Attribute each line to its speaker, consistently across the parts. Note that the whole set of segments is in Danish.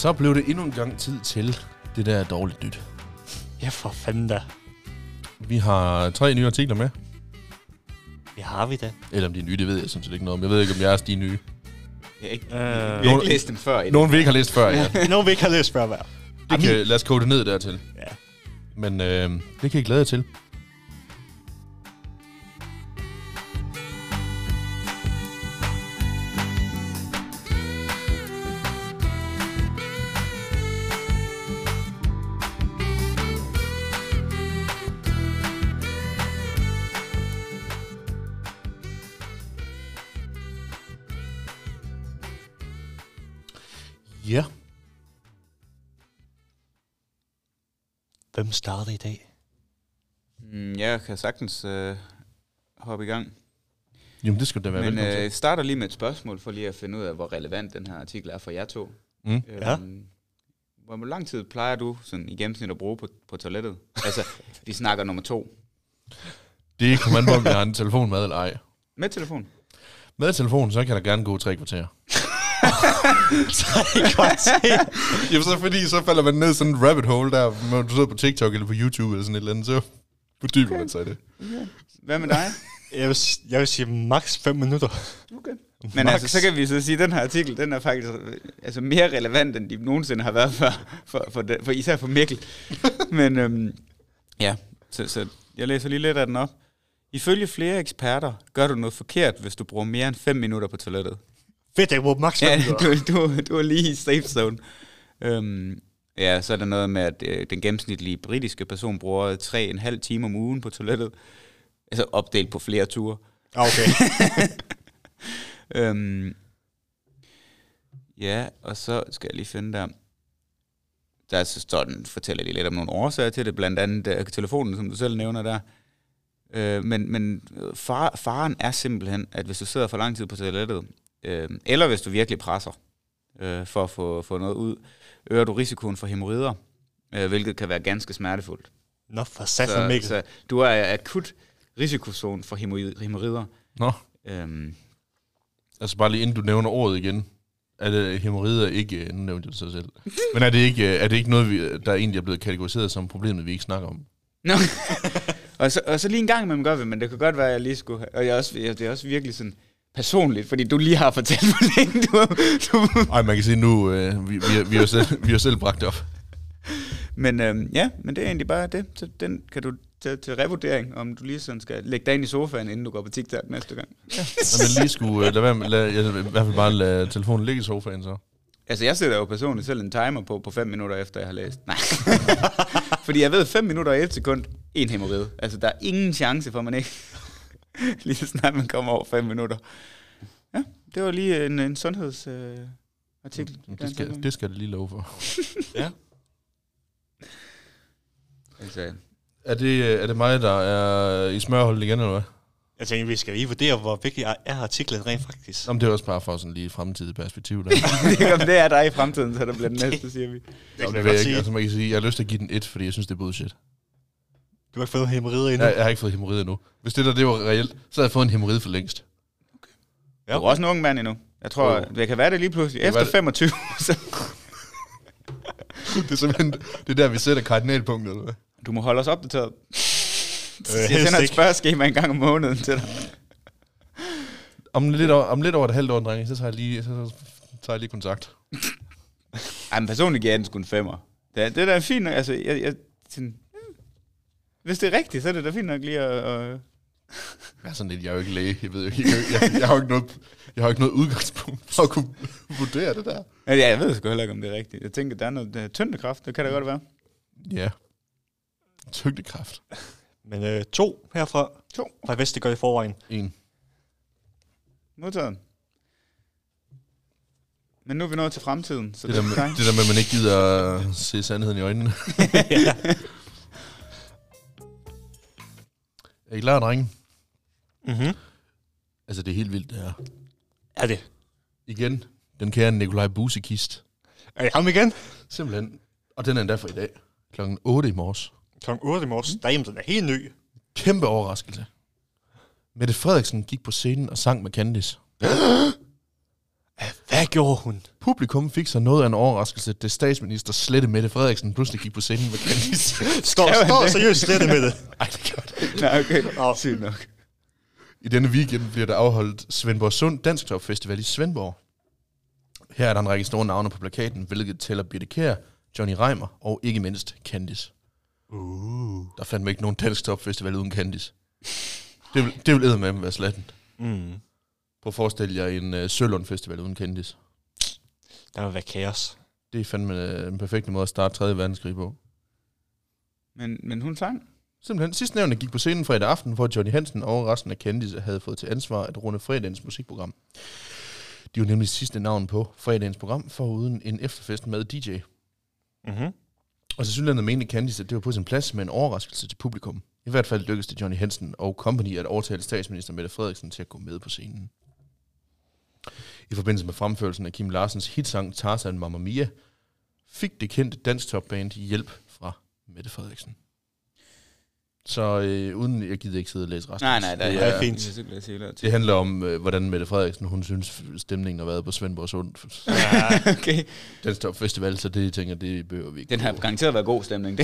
Speaker 1: Så blev det endnu en gang tid til det der dårligt nyt.
Speaker 2: Ja, for fanden da.
Speaker 1: Vi har 3 nye artikler med.
Speaker 2: Det har vi da.
Speaker 1: Eller om de er nye, det ved jeg sådan set ikke noget om. Jeg ved ikke, om jeres de er nye.
Speaker 3: Vi har ikke læst dem før.
Speaker 1: Nogen vi ikke har læst før, ja.
Speaker 2: Nogen vi ikke har læst før, hver.
Speaker 1: Lad os kode det ned dertil.
Speaker 2: Ja.
Speaker 1: Men det kan I glæde jer til. Ja.
Speaker 2: Hvem starter i dag?
Speaker 3: Jeg kan sagtens hoppe i gang.
Speaker 1: Jamen, det skal da være
Speaker 3: Men
Speaker 1: velkommen til.
Speaker 3: jeg starter lige med et spørgsmål, for lige at finde ud af, hvor relevant den her artikel er for jer to.
Speaker 2: Ja.
Speaker 3: Hvor lang tid plejer du sådan, i gennemsnit at bruge på toilettet? Altså, vi snakker nummer 2.
Speaker 1: Det kommer an på, om jeg har en telefon med eller ej.
Speaker 3: Med telefon?
Speaker 1: Med telefonen, så kan der gerne gå 3 kvarter.
Speaker 2: 3 kvarter?
Speaker 1: Jamen, så fordi så falder man ned i sådan en rabbit hole der, når du sidder på TikTok eller på YouTube eller sådan et eller andet, så fordyber man sig i det.
Speaker 3: Okay. Hvad med dig?
Speaker 2: Jeg vil sige maks 5 minutter.
Speaker 3: Okay. Men altså, så kan vi så sige, at den her artikel, den er faktisk altså, mere relevant, end de nogensinde har været for især for Mikkel. Men ja, så jeg læser lige lidt af den op. Ifølge flere eksperter gør du noget forkert, hvis du bruger mere end 5 minutter på toilettet.
Speaker 2: Fedt, jeg bruger maks 5 minutter.
Speaker 3: Du er lige i safe zone. Ja, så er der noget med, at den gennemsnitlige britiske person bruger 3,5 timer om ugen på toilettet. Altså opdelt på flere ture.
Speaker 2: Okay.
Speaker 3: Ja, og så skal jeg lige finde der så står den, fortæller de lidt om nogle årsager til det, blandt andet telefonen, som du selv nævner der. Men faren er simpelthen, at hvis du sidder for lang tid på toilettet, eller hvis du virkelig presser for at få noget ud, øger du risikoen for hæmorrider, hvilket kan være ganske smertefuldt.
Speaker 2: Nå, for satan, Mikkel.
Speaker 3: Så du er akut risikozone for hæmorrider.
Speaker 1: Nå. Altså bare lige inden du nævner ordet igen, er det hæmorrider ikke, nu nævnte jeg det selv, men er det ikke noget, der egentlig er blevet kategoriseret som problemet, vi ikke snakker om?
Speaker 3: Nå. og så lige en gang imellem gør vi, men det kan godt være, at jeg lige skulle have, og det er også virkelig sådan personligt, fordi du lige har fortalt, hvor længe du...
Speaker 1: Ej, man kan sige nu, vi har selv bragt det op.
Speaker 3: Men ja, men det er egentlig bare det. Så den kan du tage til revurdering, om du lige sådan skal lægge dig ind i sofaen, inden du går på TikTok næste gang. Ja.
Speaker 1: Men lige skulle i hvert fald bare lade telefonen ligge i sofaen så.
Speaker 3: Altså, jeg sætter jo personligt selv en timer på 5 minutter efter, jeg har læst. Nej. Fordi jeg ved, 5 minutter og 1 sekund, en hæmorrhide. Altså, der er ingen chance for, man ikke... lige så snart man kommer over 5 minutter. Ja, det var lige en sundhedsartikel.
Speaker 1: Det skal jeg lige love for.
Speaker 3: Ja. Altså,
Speaker 1: er det mig, der er i smørholdet igen, eller hvad?
Speaker 2: Jeg tænker, vi skal lige vurdere, hvor vigtig er artiklen rent faktisk.
Speaker 1: Jamen, det er også bare for sådan lige et fremtidigt perspektiv. Der.
Speaker 3: det er dig i fremtiden, så der bliver den næste, siger vi.
Speaker 1: Det vil jeg ikke. Altså, man kan sige, jeg har lyst til at give den 1, fordi jeg synes, det er bullshit.
Speaker 2: Du har ikke fået hæmorrider endnu?
Speaker 1: Jeg har ikke fået hæmorrider endnu. Hvis det var reelt, så havde jeg fået en hæmorride for længst.
Speaker 3: Okay. Ja. Du er også en ung mand endnu. Jeg tror, det kan være det lige pludselig. Efter 25, så...
Speaker 1: Det er simpelthen, det er der, vi sætter kardinalpunktet, eller hvad?
Speaker 3: Du må holde os opdateret. Jeg sender et spørgeskema en gang om måneden til dig.
Speaker 1: Om lidt over et halvt år, drenge, så tager jeg lige kontakt.
Speaker 3: Ej, men personligt giver jeg den sgu en 5'er. Det er da fint nok. Altså, hvis det er rigtigt, så er det da fint nok lige at...
Speaker 1: Jeg er sådan lidt, jeg er jo ikke læge. Jeg ved jo ikke, jeg har jo ikke noget udgangspunkt for at kunne vurdere det der.
Speaker 3: Ja, jeg ved sgu heller ikke, om det er rigtigt. Jeg tænker, der er noget tyngdekraft. Det kan da godt være.
Speaker 1: Ja. Tyngdekraft.
Speaker 2: Men 2 herfra.
Speaker 3: 2.
Speaker 2: Fra Vestergøj i forvejen.
Speaker 1: 1.
Speaker 3: Modtaget. Men nu er vi nået til fremtiden. Så
Speaker 1: det der med, at man ikke gider at se sandheden i øjnene.
Speaker 2: Ja.
Speaker 1: Er I klar, drenge?
Speaker 2: Mhm.
Speaker 1: Altså, det er helt vildt, det her.
Speaker 2: Er det?
Speaker 1: Igen, den kære Nikolaj Busekist.
Speaker 2: Er det ham igen?
Speaker 1: Simpelthen. Og den er endda for i dag. Klokken 8 i morges.
Speaker 2: Klokken 8 i morges. Derhjemme, den er helt ny.
Speaker 1: Kæmpe overraskelse. Mette Frederiksen gik på scenen og sang med Candice.
Speaker 2: Hvad? Hvad gjorde hun?
Speaker 1: Publikum fik så noget af en overraskelse, da statsminister Slette Mette Frederiksen pludselig gik på scenen med Candice.
Speaker 2: Står seriøst slet med det.
Speaker 1: Ej, det gør det.
Speaker 3: Nej, okay. Sygt nok.
Speaker 1: I denne weekend bliver der afholdt Svendborg Sund Dansktop Festival i Svendborg. Her er der en række store navne på plakaten, hvilket tæller Birte Kjær, Johnny Reimer og ikke mindst Candice. Der fandt mig ikke nogen Dansktop Festival uden Candice. Det vil eddermame være slatten. Prøv at forestille jer en Sølund Festival uden Candice.
Speaker 2: Der vil være kaos.
Speaker 1: Det er fandme en perfekt måde at starte 3. verdenskrig på.
Speaker 3: Men hun sang?
Speaker 1: Simpelthen. Sidstnævnte gik på scenen fredag aften, hvor Johnny Hansen og resten af Candice havde fået til ansvar at runde fredagens musikprogram. De var nemlig sidste navn på fredagens program, foruden en efterfest med DJ.
Speaker 2: Mm-hmm.
Speaker 1: Og så synes jeg, mente Candice, at det var på sin plads med en overraskelse til publikum. I hvert fald lykkedes det Johnny Hansen og company at overtale statsminister Mette Frederiksen til at gå med på scenen. I forbindelse med fremførelsen af Kim Larsens hitsang Tarzan Mamma Mia, fik det kendte dansk topband hjælp fra Mette Frederiksen. Så uden jeg gider ikke sidde og læse resten.
Speaker 3: Nej, det
Speaker 2: er fint.
Speaker 1: Det handler om, hvordan Mette Frederiksen, hun synes, stemningen har været på Svendborg Sund.
Speaker 3: Okay.
Speaker 1: Dansk Top Festival, så det tænker det behøver vi ikke.
Speaker 3: Den har garanteret været god stemning.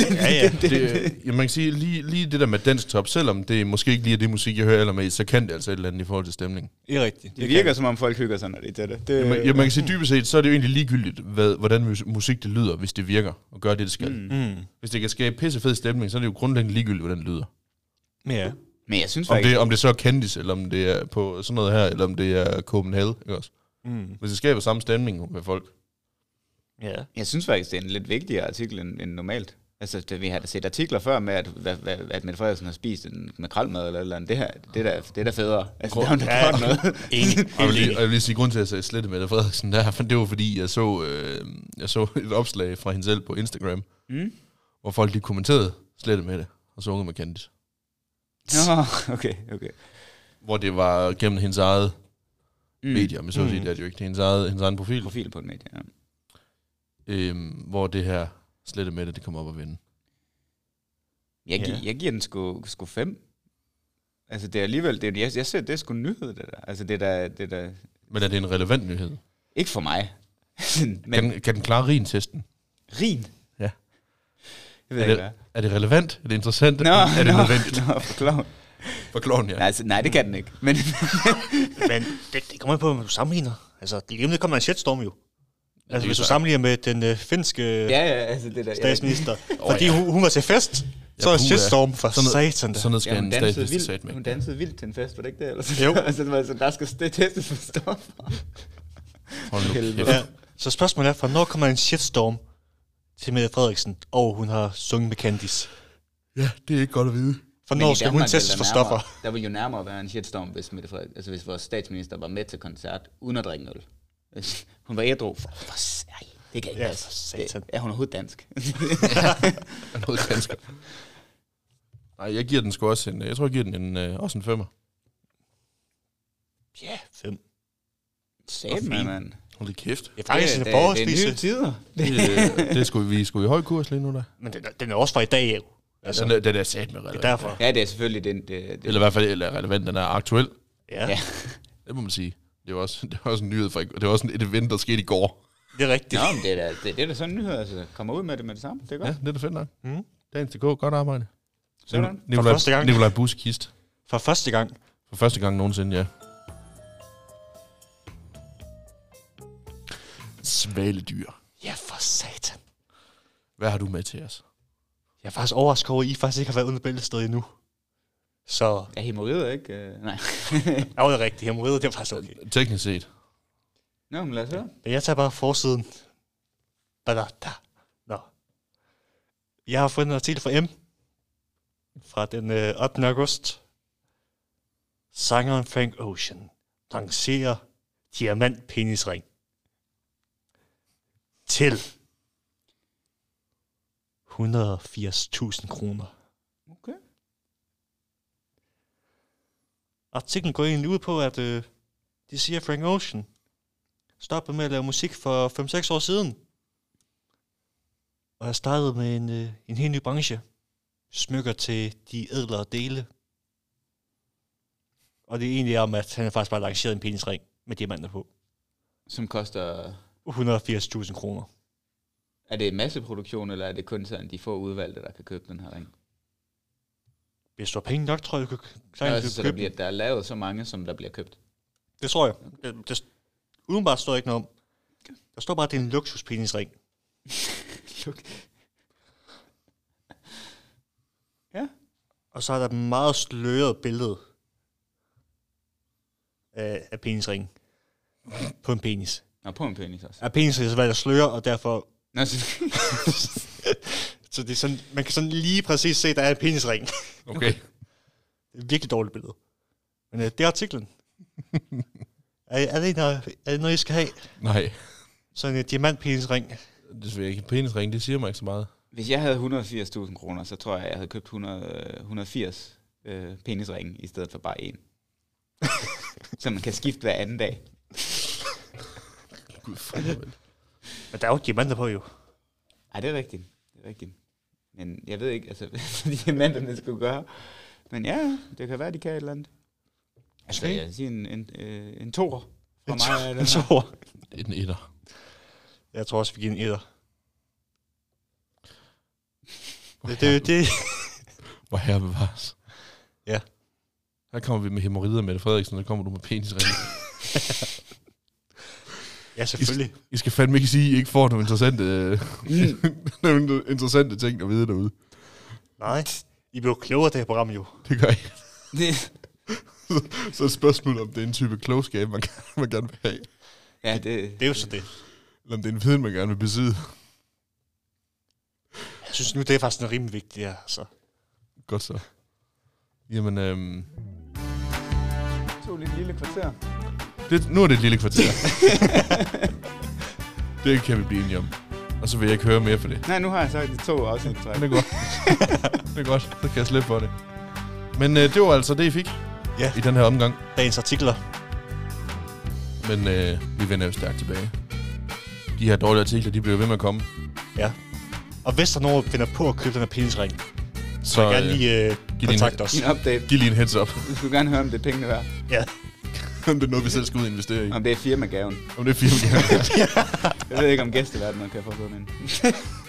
Speaker 1: Man kan sige, lige det der med dansk top, selvom det måske ikke lige er det musik, jeg hører eller med, så kan det altså et eller andet i forhold til stemning.
Speaker 2: Det er rigtigt.
Speaker 3: Det virker, som om folk hygger sig, når det er det.
Speaker 1: Man kan sige, dybest set, så er det jo egentlig ligegyldigt, hvordan musik det lyder, hvis det virker, og gør det skal. Hvis det kan skabe pissefed stemning, så er det jo grundlæggende ligegyldigt, hvordan det lyder.
Speaker 2: Ja.
Speaker 3: Men jeg synes
Speaker 1: om det så er Candice, eller om det er på sådan noget her, eller om det er Copenhagen, ikke også? Hvis det skaber samme stemning med folk.
Speaker 3: Ja. Jeg synes faktisk, det er en lidt vigtigere artikel end normalt. Altså, vi har da set artikler før med, at Mette Frederiksen har spist en makrelmad eller andet. Det er da federe. Altså, der er noget.
Speaker 1: Og jeg vil sige, grund til, at jeg sagde Slette Mette Frederiksen, det var fordi, jeg så et opslag fra hende selv på Instagram, hvor folk lige kommenterede Slette Mette og sunget med Candice.
Speaker 3: Okay.
Speaker 1: Hvor det var gennem hendes eget medier, men så at sige, det er jo ikke hendes egen profil.
Speaker 3: Profil på et medie, ja.
Speaker 1: Hvor det her Slette Mette, det kommer op at vinde.
Speaker 3: Jeg giver den sgu 5. Altså det er alligevel, jeg ser, det er sgu en nyhed, det der. Altså det der.
Speaker 1: Men er det en relevant nyhed?
Speaker 3: Ikke for mig.
Speaker 1: Men kan den klare Rin-testen?
Speaker 3: Rin?
Speaker 1: Ja.
Speaker 3: Jeg ved ikke, hvad.
Speaker 1: Er det relevant? Er det interessant? Er det nødvendigt?
Speaker 3: For klovn.
Speaker 1: For klovn, ja.
Speaker 3: Nej, det kan den ikke. Men
Speaker 2: det kommer på, at du sammenligner. Altså, det kommer en shitstorm jo. Altså, hvis du sammenligner med den finske
Speaker 3: altså det der,
Speaker 2: statsminister. Fordi hun var til fest, så er shitstorm for satan.
Speaker 1: Sådan noget skal en statsminister sat med.
Speaker 3: Hun dansede vildt til en fest, var det ikke det? Eller
Speaker 2: jo.
Speaker 3: Altså, der skal testes for stoffer.
Speaker 2: Ja. Så spørgsmålet er, for når kommer en shitstorm til Mette Frederiksen, og hun har sunget med Candice?
Speaker 1: Ja, det er ikke godt at vide.
Speaker 2: For når skal hun testes for stoffer?
Speaker 3: Der vil jo nærmere være en shitstorm, hvis Mette Frederiksen, altså hvis vores statsminister var med til koncert, uden at drikke noget. Hun var ædru. Det kan ikke passe. Er hun overhovedet dansk?
Speaker 1: Ja, hun er overhovedet dansk. Nej, jeg giver den sgu også jeg tror, jeg giver den også en 5'er.
Speaker 2: Ja, 5.
Speaker 3: Sæt, mand.
Speaker 1: Hold lige kæft.
Speaker 2: Det er faktisk en forårsvise.
Speaker 3: Det er nye tider.
Speaker 1: Det skulle vi i høj kurs lige nu, der.
Speaker 2: Men den er også fra i dag, jo.
Speaker 1: Altså, den er sat med relevant.
Speaker 2: Det er derfor.
Speaker 3: Ja, det er selvfølgelig den.
Speaker 1: Eller i hvert fald relevant, den er aktuel.
Speaker 2: Ja.
Speaker 1: Det må man sige. Det var også en nyhed, det var også et event, der skete i går.
Speaker 2: Det er rigtigt.
Speaker 3: Nå, men det er da sådan en nyhed, altså. Kommer ud med det samme, det er godt.
Speaker 1: Ja, det er da fedt nok. Dagens til godt arbejde.
Speaker 3: Sådan.
Speaker 1: Nikolaj Busk Kist.
Speaker 2: For første gang.
Speaker 1: For første gang nogensinde, ja. Svaledyr.
Speaker 2: Ja, for satan.
Speaker 1: Hvad har du med til os?
Speaker 2: Jeg er faktisk overrasket over, at I faktisk ikke har været under bæltestedet endnu. Så...
Speaker 3: Ja, hæmorider, ikke? Nej.
Speaker 2: Ja, det er rigtigt. Hæmorider, det er faktisk okay.
Speaker 1: Teknisk set.
Speaker 3: Nå, men lad os høre.
Speaker 2: Men jeg tager bare forsiden. Nå. Jeg har fundet en artikel fra M. Fra den 8. august. Sangeren Frank Ocean lancerer diamantpenisring. Til 180.000 kroner.
Speaker 3: Okay.
Speaker 2: Artiklen går egentlig ud på, at de siger, Frank Ocean stoppede med at lave musik for 5-6 år siden. Og jeg startede med en helt ny branche. Smykker til de ædlere dele. Og det er egentlig om, at han faktisk bare lanceret en penisring med diamanter på.
Speaker 3: Som koster...
Speaker 2: 180.000 kroner.
Speaker 3: Er det masseproduktion, eller er det kun sådan de få udvalgte, der kan købe den her ring?
Speaker 2: Hvis du har penge nok, tror jeg, du kan
Speaker 3: så der er lavet så mange, som der bliver købt.
Speaker 2: Det tror jeg. Udenbart står der ikke noget om. Der står bare, at det er en luksuspenisring.
Speaker 3: Ja.
Speaker 2: Og så er der et meget sløret billede af penisringen. På en penis.
Speaker 3: Nå, på en penis også.
Speaker 2: Ja, penis er så valgt at sløre, og derfor...
Speaker 3: Nå,
Speaker 2: så det er sådan, man kan sådan lige præcis se, at der er en penisring.
Speaker 1: Okay.
Speaker 2: Det er et virkelig dårligt billede. Men det er artiklen. er det noget, I skal have?
Speaker 1: Nej.
Speaker 2: Sådan en diamantpenisring.
Speaker 1: Det er ikke. Penisring, det siger mig ikke så meget.
Speaker 3: Hvis jeg havde 180.000 kroner, så tror jeg havde købt 180 penisringe, i stedet for bare en. Så man kan skifte hver anden dag.
Speaker 1: Gud, fanden.
Speaker 2: Men der er jo diamanter på, jo.
Speaker 3: Ej, det er rigtigt. Men jeg ved ikke, altså, hvad diamanterne skulle gøre. Men ja, det kan være, de kan et eller andet. Altså, jeg siger en toer.
Speaker 2: En toer.
Speaker 1: En etter.
Speaker 2: Jeg tror også, vi giver en etter. Det.
Speaker 1: Hvor herre bevares.
Speaker 2: Ja.
Speaker 1: Her kommer vi med hæmorider, Mette Frederiksen, og så kommer du med penisring.
Speaker 2: Ja, selvfølgelig.
Speaker 1: I skal fandme ikke sige, at I ikke får nogle interessante ting at vide derude.
Speaker 2: Nej, I bliver klogere det her program jo.
Speaker 1: Det gør I. Så er et spørgsmål, om det er en type klogskab, man gerne vil have.
Speaker 3: Ja,
Speaker 2: det er jo så det.
Speaker 1: Eller om det er en viden, man gerne vil besidde.
Speaker 2: Jeg synes nu, det er faktisk noget rimelig vigtigt, ja. Så.
Speaker 1: Godt så. Jamen,
Speaker 3: tog lidt lille kvarter.
Speaker 1: Nu er det et lille kvarter. Det kan vi blive enige om. Og så vil jeg ikke høre mere for det.
Speaker 3: Nej, nu har jeg sagt det 2 afsnit.
Speaker 1: Det er godt. Det er godt. Så kan jeg slippe for det. Men det var altså det, I fik i den her omgang.
Speaker 2: Dagens artikler.
Speaker 1: Men vi vender jo stærkt tilbage. De her dårlige artikler, de bliver ved med at komme.
Speaker 2: Ja. Og hvis der er nogen, der finder på at købe den her penisring, så jeg gerne lige kontakte os.
Speaker 3: En update.
Speaker 1: Giv lige en heads up.
Speaker 3: Vi skulle gerne høre, om det er pengene værd.
Speaker 2: Ja.
Speaker 1: Om det er noget, vi selv skal ud og investere i.
Speaker 3: Om det er firmagaven.
Speaker 1: Om det er firmagaven.
Speaker 3: Jeg ved ikke, om gæsteverdenen kan få sådan en.